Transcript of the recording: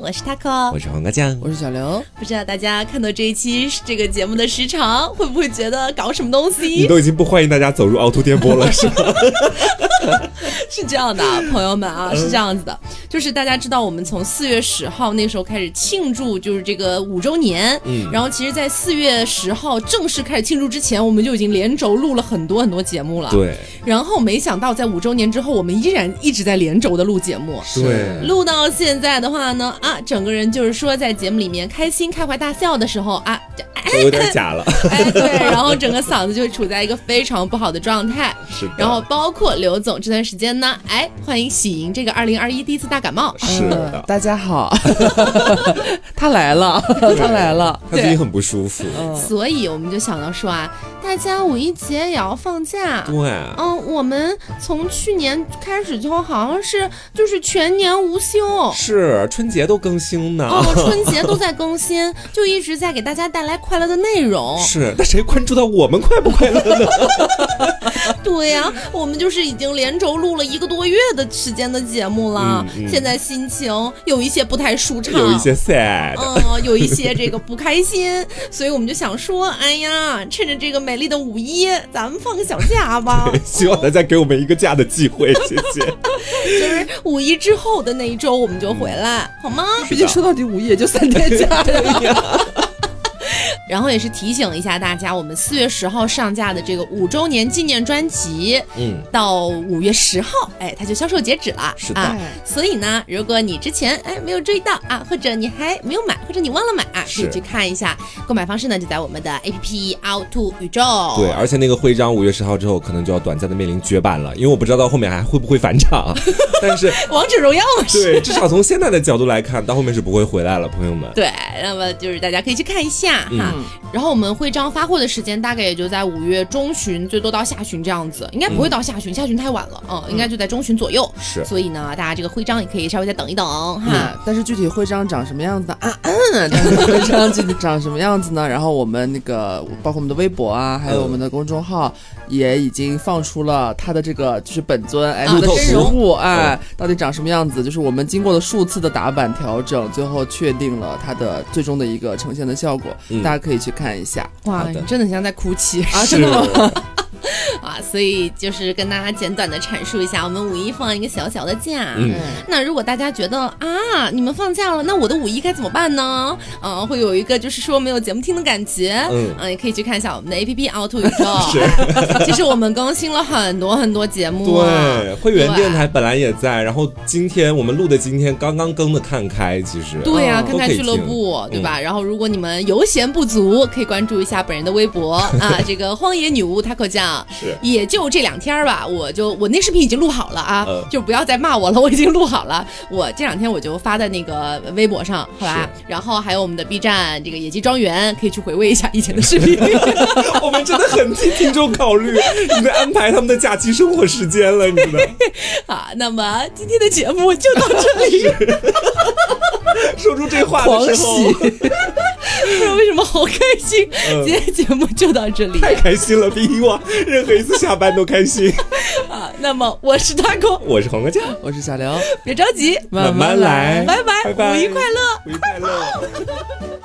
我是 Taco， 我是黄瓜酱， 我是小刘。 不知道大家看到这一期这个节目的时长，会不会觉得搞什么东西？ 你都已经不欢迎大家走入凹凸电波了，是吗？ 是这样的，朋友们啊，是这样子的，就是大家知道我们从4月10号那时候开始庆祝，就是这个5周年。然后其实，在4月10号正式开始庆祝之前，我们就已经连轴录了很多节目了。 对。 然后没想到在5周年之后，我们依然一直在连轴的录节目。 对。 录到现在的话呢，整个人就是说在节目里面开心开怀大笑的时候都有点假了。 对，然后整个嗓子就处在一个非常不好的状态。 是的。 然后包括刘总这段时间呢，欢迎喜迎这个2021第一次大感冒。 是的。 大家好。他来了，他来了。 他最近很不舒服。 所以我们就想到说大家5一节也要放假。 对。 我们从去年开始就好像是就是全年无休。 是，春节都更新呢。 春节都在更新，就一直在给大家带来快乐的内容。 是，那谁关注到我们快不快乐呢？ 对呀，我们就是已经连轴录了1个多月的时间的节目了。现在心情有一些不太舒畅， 有一些 sad， 有一些这个不开心，所以我们就想说，趁着这个美丽的5一，咱们放个小假吧。 希望大家给我们一个假的机会，谢谢。 就是5一之后的那一周，我们就回来，好吗？ 毕竟说到底5一也就3天假而已。 然后也是提醒一下大家，我们4月10号上架的这个5周年纪念专辑，到5月10号，它就销售截止了。 是的。 所以呢，如果你之前没有注意到或者你还没有买，或者你忘了买可以去看一下。购买方式呢，就在我们的 APP 凹凸宇宙。 对，而且那个徽章5月10号之后，可能就要短暂的面临绝版了，因为我不知道到后面还会不会返场。但是王者荣耀嘛， 对，至少从现在的角度来看，到后面是不会回来了，朋友们。 对，那么就是大家可以去看一下然后我们徽章发货的时间大概也就在5月中旬，最多到下旬这样子，应该不会到下旬，下旬太晚了，应该就在中旬左右。 是， 所以呢，大家这个徽章也可以稍微再等一等但是具体徽章长什么样子但是徽章具体长什么样子呢？然后我们那个包括我们的微博还有我们的公众号也已经放出了它的这个就是本尊它的实物到底长什么样子，就是我们经过了数次的打版调整，最后确定了它的最终的一个呈现的效果，大家可以去看一下。 哇，你真的像在哭泣真的吗？ 所以就是跟大家简短的阐述一下，我们5一放一个小小的假。那如果大家觉得你们放假了，那我的5一该怎么办呢？会有一个就是说没有节目听的感觉。也可以去看一下我们的 APP 凹凸宇宙。其实我们更新了很多节目。 对，会员电台本来也在，然后我们录的今天刚刚更的看开，其实对呀，看开俱乐部，对吧？然后如果你们油闲不足，可以关注一下本人的微博这个荒野女巫 Taco 酱。也就这2天吧，我那视频已经录好了就不要再骂我了，我已经录好了。我这2天我就发在那个微博上，好吧？然后还有我们的 B 站这个野鸡庄园，可以去回味一下以前的视频。 我们真的很替听众考虑，你在安排他们的假期生活时间了，你知道？ 那么今天的节目就到这里。 说出这话的时候， 不知道为什么好开心。今天节目就到这里， 太开心了，比以往任何一次下班都开心。 那么我是Taco， 我是黄瓜酱， 我是小刘， 别着急， 慢慢来， 拜拜， 拜拜， 5一快乐， 5一快乐。